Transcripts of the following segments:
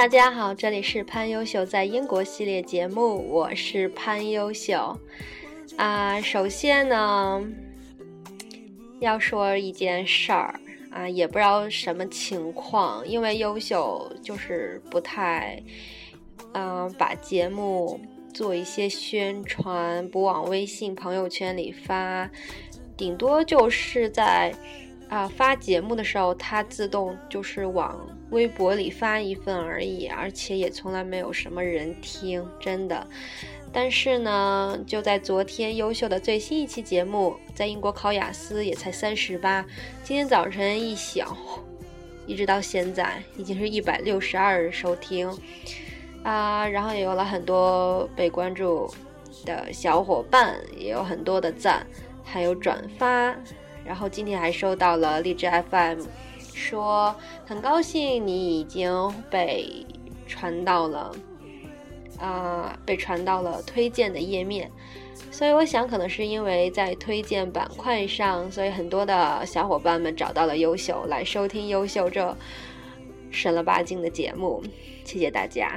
大家好，这里是潘优秀在英国系列节目，我是潘优秀。首先呢，要说一件事儿也不知道什么情况，因为优秀就是不太把节目做一些宣传，不往微信朋友圈里发，顶多就是在发节目的时候它自动就是往微博里发一份而已，而且也从来没有什么人听，真的。但是呢，就在昨天优秀的最新一期节目在英国考雅思也才38，今天早晨一响，一直到现在已经是162人收听然后也有了很多被关注的小伙伴，也有很多的赞还有转发，然后今天还收到了荔枝 FM 说很高兴你已经被传到了推荐的页面，所以我想可能是因为在推荐板块上，所以很多的小伙伴们找到了优秀来收听优秀这神了吧经的节目，谢谢大家。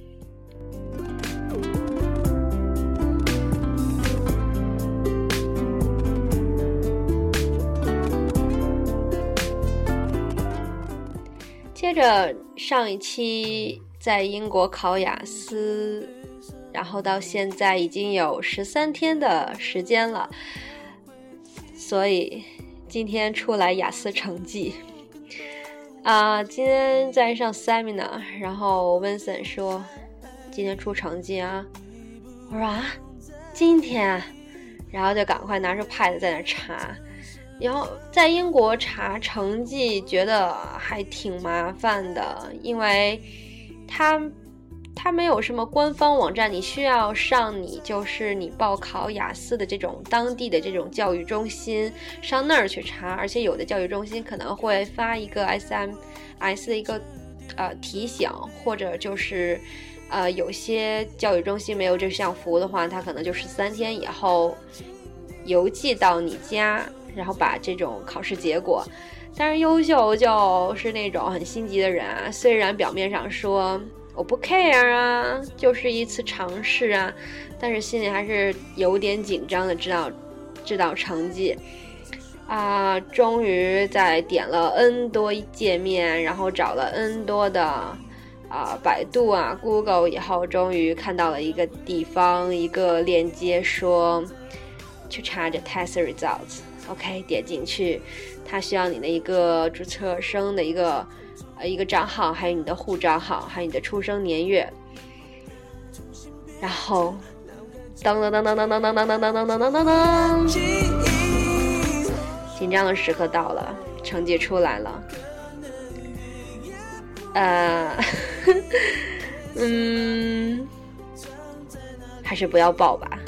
接着上一期在英国考雅思，然后到现在已经有13天的时间了，所以今天出来雅思成绩今天在上 seminar， 然后 Vincent 说今天出成绩我说今天然后就赶快拿出 pad 在那查，然后在英国查成绩觉得还挺麻烦的，因为它没有什么官方网站，你需要上就是你报考雅思的这种当地的这种教育中心上那儿去查，而且有的教育中心可能会发一个 SMS 的一个提醒，或者就是有些教育中心没有这项服务的话，它可能就13天以后邮寄到你家，然后把这种考试结果。但是优秀就是那种很心急的人虽然表面上说我不 care就是一次尝试但是心里还是有点紧张的，知道成绩终于在点了 N 多界面，然后找了 N 多的百度Google 以后，终于看到了一个地方一个链接说去查这 test results。 OK， 点进去，它需要你的一个注册生的一个账号，还有你的护照号，还有你的出生年月，然后噔噔噔噔噔噔噔噔噔噔噔噔噔噔，紧张的时刻到了，成绩出来了。还是不要报吧。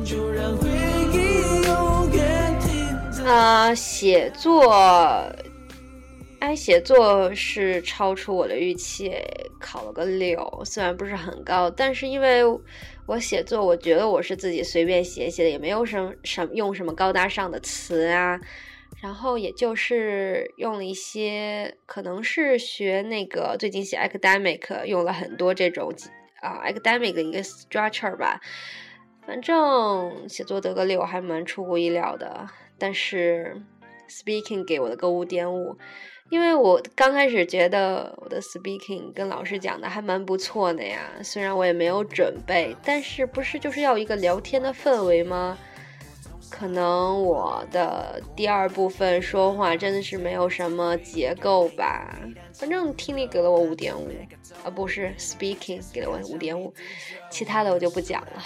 写作是超出我的预期，考了个6，虽然不是很高，但是因为我写作我觉得我是自己随便写的，也没有用什么高大上的词然后也就是用了一些可能是学那个最近写 academic 用了很多这种academic 的一个 structure 吧，反正写作得个6还蛮出乎意料的。但是 speaking 给我的个5.5，因为我刚开始觉得我的 speaking 跟老师讲的还蛮不错的呀，虽然我也没有准备，但是不是就是要一个聊天的氛围吗？可能我的第2部分说话真的是没有什么结构吧，反正听力给了我5.5，不是 speaking 给了我5.5，其他的我就不讲了，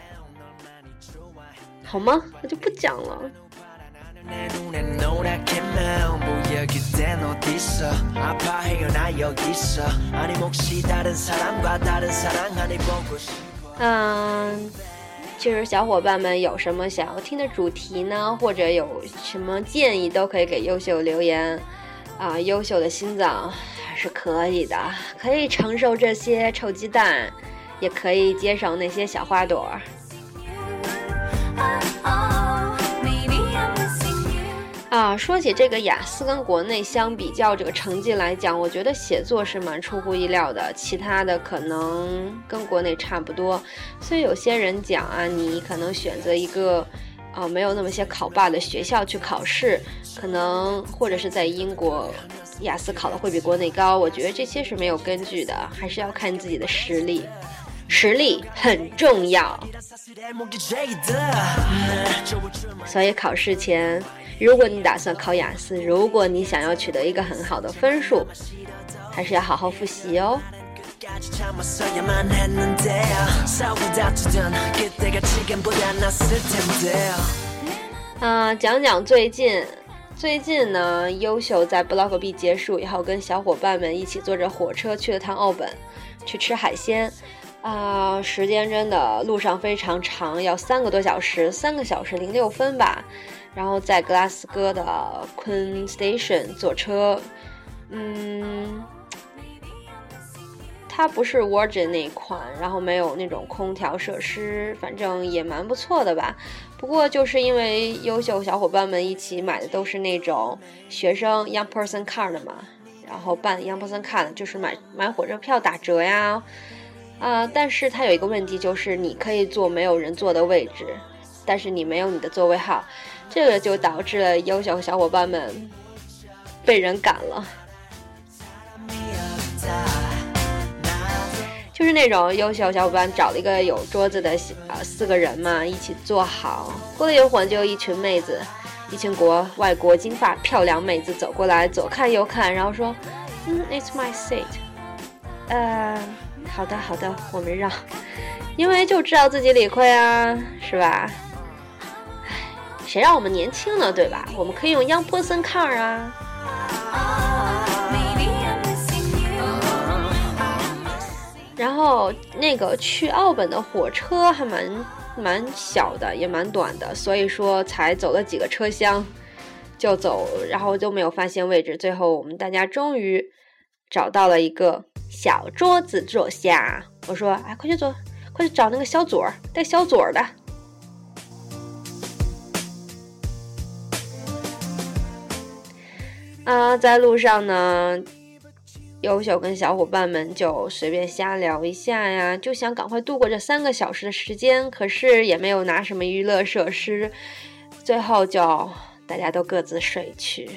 好吗？我就不讲了。就是小伙伴们有什么想要听的主题呢，或者有什么建议都可以给优秀留言优秀的心脏还是可以的，可以承受这些臭鸡蛋，也可以接受那些小花朵。 说起这个雅思跟国内相比较这个成绩来讲，我觉得写作是蛮出乎意料的，其他的可能跟国内差不多。所以有些人讲你可能选择一个没有那么些考霸的学校去考试，可能或者是在英国雅思考的会比国内高，我觉得这些是没有根据的，还是要看自己的实力。实力很重要，所以考试前，如果你打算考雅思，如果你想要取得一个很好的分数，还是要好好复习哦。讲讲最近呢，优秀在 Blog B 结束以后，跟小伙伴们一起坐着火车去了趟奥本，去吃海鲜。时间真的路上非常长，要3个多小时，3个小时06分吧。然后在格拉斯哥的 Queen Station 坐车，它不是 Virgin 那款，然后没有那种空调设施，反正也蛮不错的吧。不过就是因为优秀小伙伴们一起买的都是那种学生 Young Person Card 的嘛，然后办 Young Person Card 就是买火车票打折呀。但是它有一个问题，就是你可以坐没有人坐的位置，但是你没有你的座位号，这个就导致了优秀小伙伴们被人赶了。就是那种优秀小伙伴找了一个有桌子的4个人嘛，一起坐好。过了一会儿，就一群妹子，一群外国金发漂亮妹子走过来，左看右看，然后说，It's my seat。好的，我们让，因为就知道自己理亏啊，是吧？谁让我们年轻呢，对吧？我们可以用 Young Person Card 啊。然后那个去奥本的火车还蛮小的，也蛮短的，所以说才走了几个车厢就走，然后就没有发现位置。最后我们大家终于找到了一个小桌子坐下。我说快去坐，快去找那个小左带小左的。在路上呢，优秀跟小伙伴们就随便瞎聊一下呀，就想赶快度过这3个小时的时间，可是也没有拿什么娱乐设施，最后就大家都各自睡去。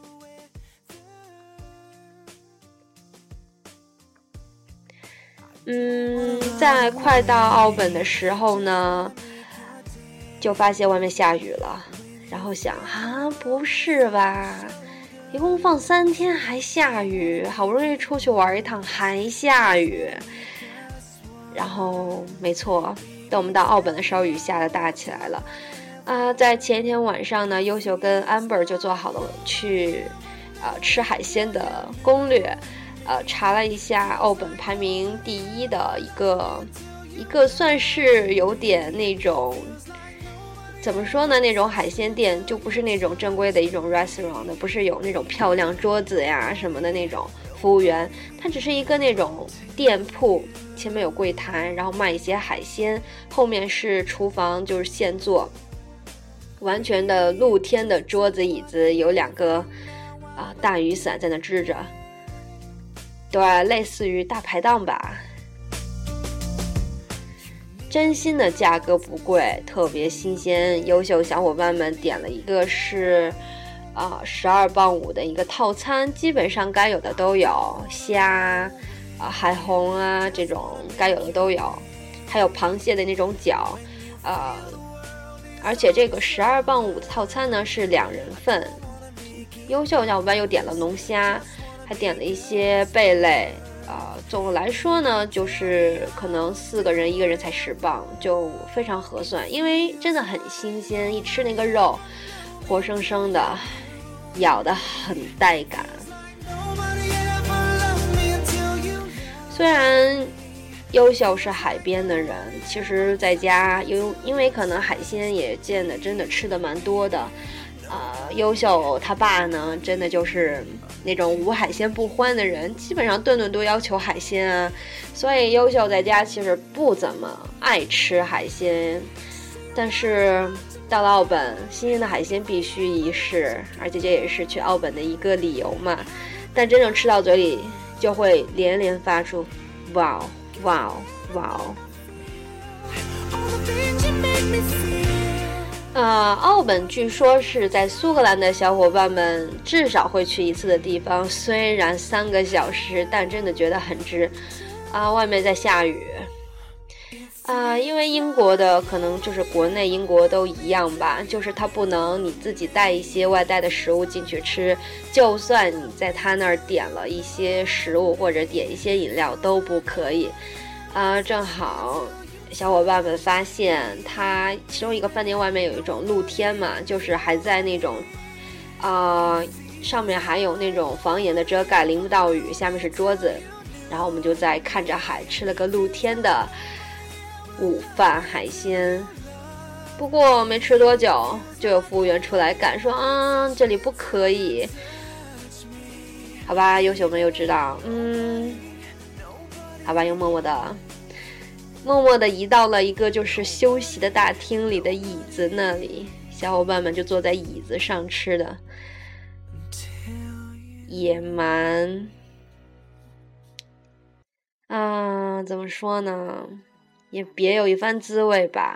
在快到奥本的时候呢，就发现外面下雨了，然后想不是吧，一共放3天还下雨，好不容易出去玩一趟还下雨。然后没错，等我们到奥本的时候，雨下得大起来了。在前一天晚上呢，优秀跟 Amber 就做好了去吃海鲜的攻略。查了一下奥本排名第1的一个算是有点那种怎么说呢，那种海鲜店，就不是那种正规的一种 restaurant 的，不是有那种漂亮桌子呀什么的那种服务员，它只是一个那种店铺，前面有柜台，然后卖一些海鲜，后面是厨房，就是现做，完全的露天的桌子椅子，有2个大雨伞在那支着。对，类似于大排档吧。真心的价格不贵，特别新鲜。优秀小伙伴们点了一个是12磅5的一个套餐，基本上该有的都有，虾海虹这种该有的都有，还有螃蟹的那种饺，而且这个12磅5的套餐呢是2人份。优秀小伙伴又点了龙虾，还点了一些贝类，总的来说呢，就是可能4个人1个人才10磅，就非常合算，因为真的很新鲜，一吃那个肉，活生生的，咬得很带感。虽然优秀是海边的人，其实在家因为可能海鲜也见得真的吃的蛮多的。优秀他爸呢，真的就是那种无海鲜不欢的人，基本上顿顿都要求海鲜所以优秀在家其实不怎么爱吃海鲜。 但是到了澳本，新鲜的海鲜必须一试，而且这也是去澳本的一个理由嘛。但真正吃到嘴里，就会连连发出哇哦哇哦哇哦。澳本据说是在苏格兰的小伙伴们至少会去一次的地方，虽然3个小时，但真的觉得很值。外面在下雨。因为英国的可能就是国内英国都一样吧，就是它不能你自己带一些外带的食物进去吃，就算你在他那儿点了一些食物或者点一些饮料都不可以。正好小伙伴们发现它其中一个饭店外面有一种露天嘛，就是还在那种上面还有那种房檐的遮盖，淋不到雨，下面是桌子，然后我们就在看着海吃了个露天的午饭海鲜。不过没吃多久就有服务员出来赶说这里不可以。好吧，优秀们又知道好吧，又默默的移到了一个就是休息的大厅里的椅子那里，小伙伴们就坐在椅子上吃的，也蛮怎么说呢，也别有一番滋味吧。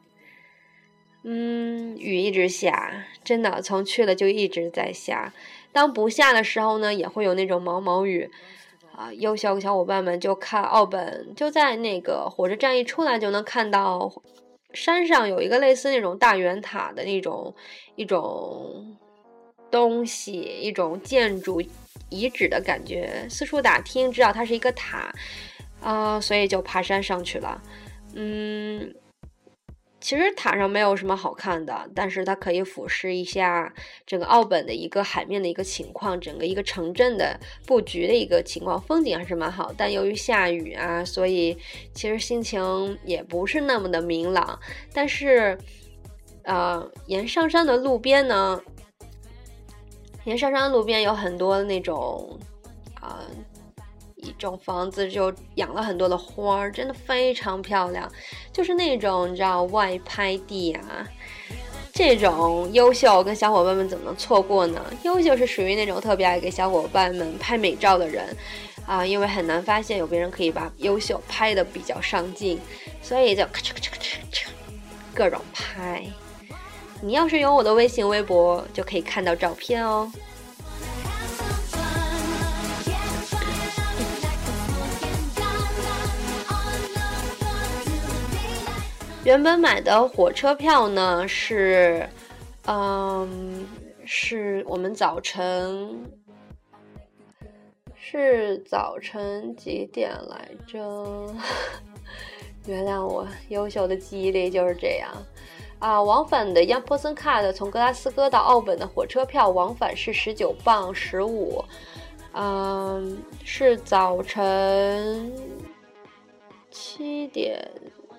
雨一直下，真的从去了就一直在下。当不下的时候呢，也会有那种毛毛雨。优秀的小伙伴们就看澳本，就在那个火车站一出来就能看到山上有一个类似那种大圆塔的一种东西，一种建筑遗址的感觉，四处打听知道它是一个塔所以就爬山上去了。其实塔上没有什么好看的，但是它可以俯视一下整个澳本的一个海面的一个情况，整个一个城镇的布局的一个情况，风景还是蛮好。但由于下雨所以其实心情也不是那么的明朗。但是沿上山的路边呢，有很多那种一种房子就养了很多的花，真的非常漂亮，就是那种你知道外拍地这种优秀跟小伙伴们怎么能错过呢？优秀是属于那种特别爱给小伙伴们拍美照的人因为很难发现有别人可以把优秀拍的比较上镜，所以就咔嚓咔嚓咔嚓各种拍。你要是有我的微信微博就可以看到照片哦。原本买的火车票呢是我们早晨几点来着？原谅我优秀的记忆力就是这样往返的 Young Person Card 从格拉斯哥到澳本的火车票往返是19磅15，是早晨7点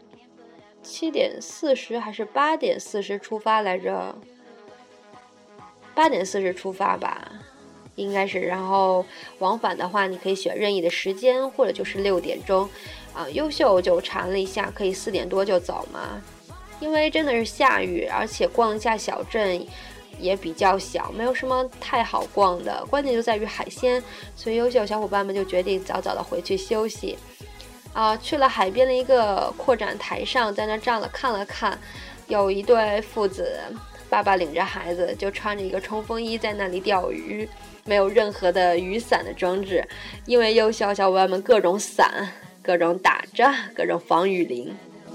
40还是8点40出发来着？8点40出发吧，应该是。然后往返的话，你可以选任意的时间，或者就是6点钟。优秀就查了一下，可以4点多就走嘛。因为真的是下雨，而且逛一下小镇也比较小，没有什么太好逛的。关键就在于海鲜，所以优秀小伙伴们就决定早早的回去休息。去了海边的一个扩展台上，在那站了看了看，有一对父子，爸爸领着孩子，就穿着一个冲锋衣在那里钓鱼，没有任何的雨伞的装置，因为优秀小伙伴们各种伞，各种打着，各种防雨林。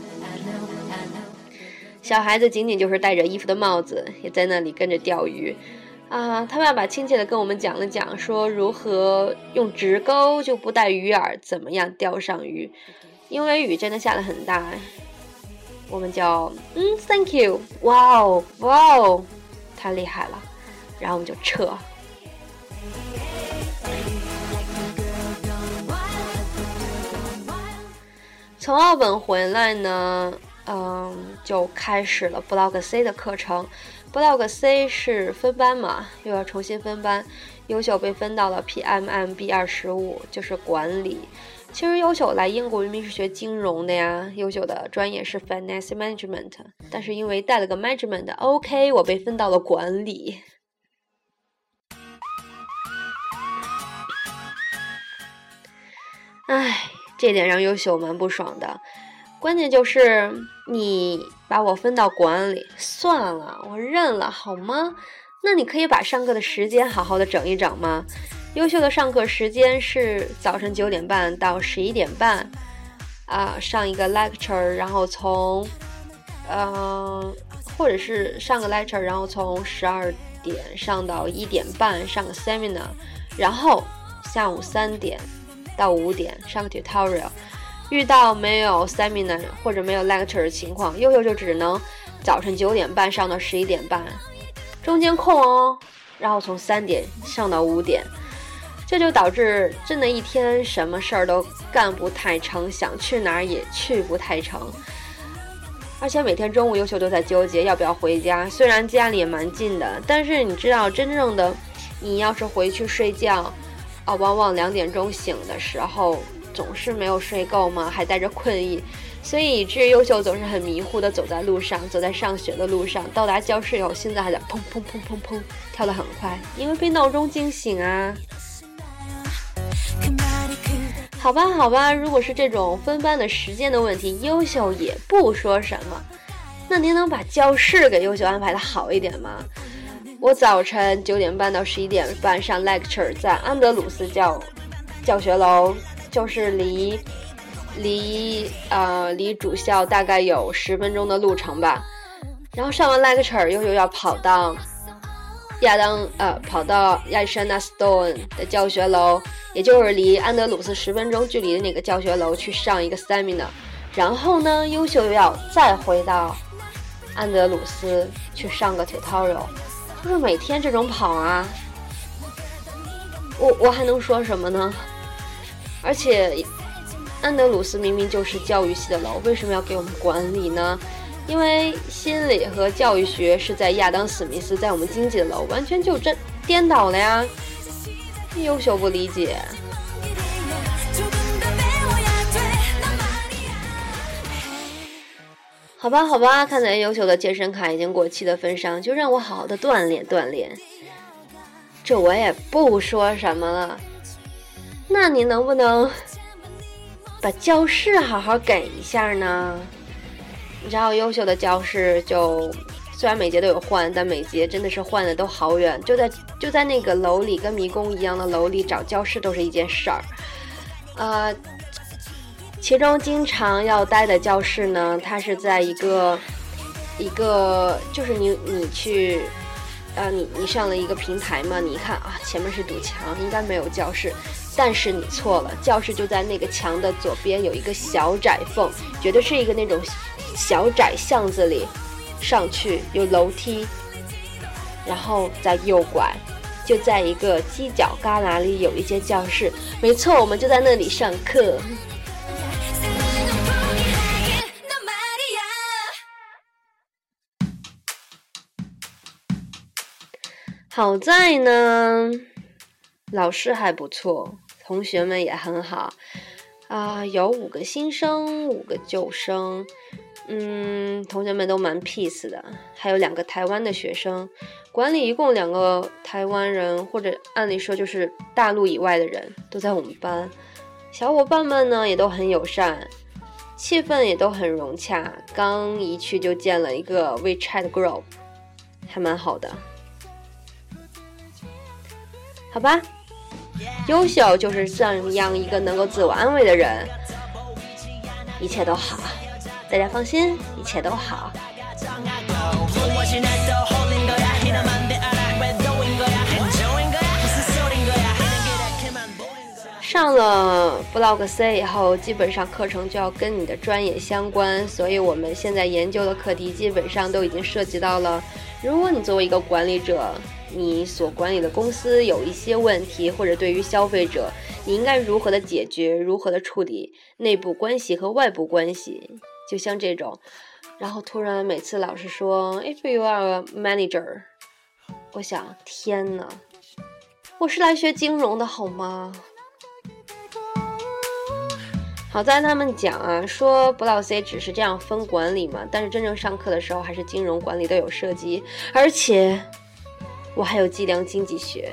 小孩子仅仅就是戴着衣服的帽子，也在那里跟着钓鱼。他爸爸亲切地跟我们讲了讲，说如何用直钩就不带鱼饵，怎么样钓上鱼。因为雨真的下得很大，我们就thank you， 哇哦，太厉害了，然后我们就撤。从澳本回来呢，就开始了 Block C 的课程。Block C 是分班嘛，又要重新分班。优秀被分到了 PMMB 25，就是管理。 其实优秀来英国明明是学金融的呀，优秀的专业是 Finance Management， 但是因为带了个 Management，OK， 我被分到了管理。唉，这点让优秀蛮不爽的。关键就是你把我分到管理，算了，我认了好吗？那你可以把上课的时间好好的整一整吗？优秀的上课时间是早晨9点半到11点半，上一个 lecture， 然后从或者是上个 lecture， 然后从12点上到1点半上个 seminar， 然后下午3点到5点上个 tutorial。 遇到没有 seminar 或者没有 lecture 的情况，优秀就只能早晨9点半上到11点半，中间空哦，然后从3点上到5点，这就导致真的一天什么事儿都干不太成，想去哪儿也去不太成。而且每天中午优秀都在纠结要不要回家，虽然家里也蛮近的，但是你知道真正的你要是回去睡觉往往2点钟醒的时候总是没有睡够嘛，还带着困意，所以以至于优秀总是很迷糊的走在路上，走在上学的路上，到达教室以后心脏还在砰砰砰砰砰跳得很快，因为被闹钟惊醒啊。好吧，如果是这种分班的时间的问题，优秀也不说什么。那您能把教室给优秀安排的好一点吗？我早晨9点半到11点半上 lecture， 在安德鲁斯教学楼，就是离主校大概有10分钟的路程吧。然后上完 lecture 又要跑到亚历山大 Stone 的教学楼，也就是离安德鲁斯10分钟距离的那个教学楼去上一个 seminar， 然后呢优秀又要再回到安德鲁斯去上个 tutorial， 就是每天这种跑啊，我还能说什么呢？而且安德鲁斯明明就是教育系的楼，为什么要给我们管理呢？因为心理和教育学是在亚当史密斯，在我们经济的楼，完全就颠倒了呀。优秀不理解。好吧，看在优秀的健身卡已经过期的份上，就让我好好的锻炼锻炼。这我也不说什么了。那你能不能把教室好好给一下呢？你知道优秀的教室就虽然每节都有换，但每节真的是换的都好远，就在那个楼里，跟迷宫一样的楼里找教室都是一件事儿。其中经常要待的教室呢，它是在一个就是你去你上了一个平台嘛，你一看前面是堵墙，应该没有教室，但是你错了，教室就在那个墙的左边有一个小窄缝，绝对是一个那种小窄巷子里，上去有楼梯，然后再右拐，就在一个犄角旮旯里有一间教室，没错，我们就在那里上课。好在呢，老师还不错，同学们也很好有5个新生，5个旧生，同学们都蛮 peace 的，还有2个台湾的学生，管理一共2个台湾人，或者按理说就是大陆以外的人都在我们班，小伙伴们呢也都很友善，气氛也都很融洽，刚一去就建了一个 WeChat group， 还蛮好的。好吧，优秀就是这样一个能够自我安慰的人，一切都好，大家放心，一切都好。上了 Blog C 以后，基本上课程就要跟你的专业相关，所以我们现在研究的课题基本上都已经涉及到了，如果你作为一个管理者，你所管理的公司有一些问题，或者对于消费者，你应该如何的解决，如何的处理内部关系和外部关系，就像这种。然后突然每次老师说 If you are a manager， 我想天哪，我是来学金融的好吗？ 好在他们讲啊，说不老 C 只是这样分管理嘛，但是真正上课的时候还是金融管理都有涉及，而且我还有计量经济学。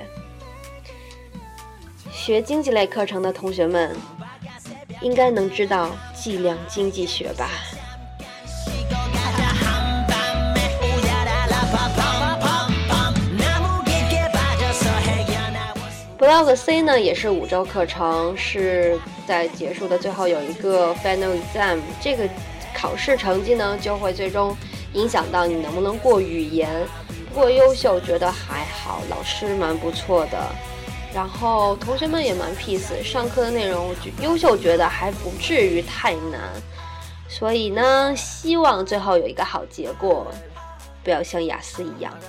学经济类课程的同学们应该能知道计量经济学吧。Blog C 呢也是5周课程，是在结束的最后有一个 final exam， 这个考试成绩呢就会最终影响到你能不能过语言。不过优秀觉得还好，老师蛮不错的，然后同学们也蛮 peace， 上课的内容优秀觉得还不至于太难，所以呢希望最后有一个好结果，不要像雅思一样。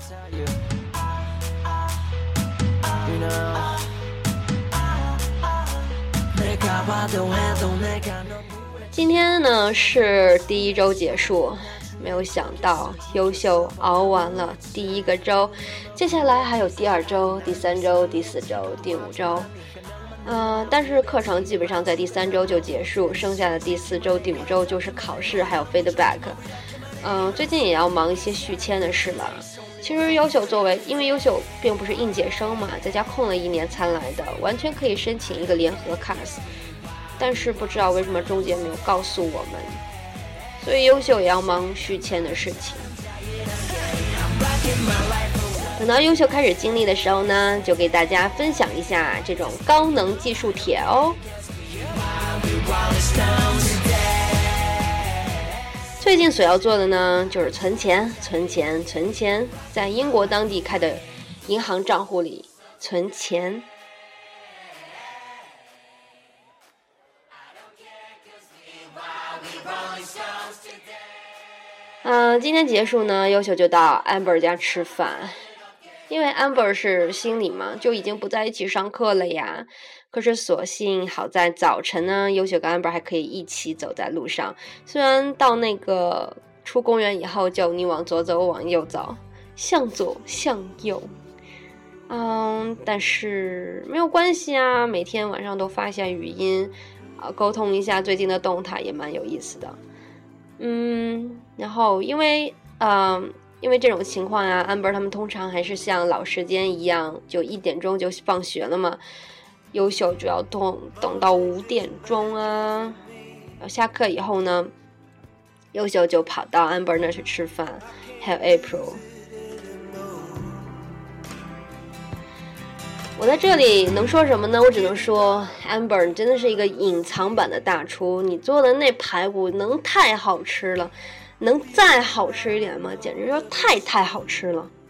今天呢是第1周结束，没有想到优秀熬完了第1个周，接下来还有第2周、第3周、第4周、第5周，但是课程基本上在第3周就结束，剩下的第4周、第5周就是考试还有 feedback。最近也要忙一些续签的事了。其实优秀因为优秀并不是应届生嘛，在家空了1年才来的，完全可以申请一个联合 CAS， 但是不知道为什么中介没有告诉我们，所以优秀也要忙续签的事情。等到优秀开始经历的时候呢，就给大家分享一下这种高能技术帖哦。最近所要做的呢，就是存钱，在英国当地开的银行账户里存钱。今天结束呢，优秀就到 Amber 家吃饭，因为 Amber 是心理嘛，就已经不在一起上课了呀。可是所幸好在早晨呢，优秀跟 Amber 还可以一起走在路上，虽然到那个出公园以后就你往左走我往右走，向左向右，但是没有关系啊，每天晚上都发一下语音，沟通一下最近的动态也蛮有意思的。然后因为这种情况啊 Amber 他们通常还是像老时间一样，就1点钟就放学了嘛，优秀就要等到5点钟啊。下课以后呢，优秀就跑到 Amber 那去吃饭，还有 April。我在这里能说什么呢？我只能说 Amber 你真的是一个隐藏版的大厨，你做的那排骨能太好吃了，能再好吃一点吗？简直说太好吃了。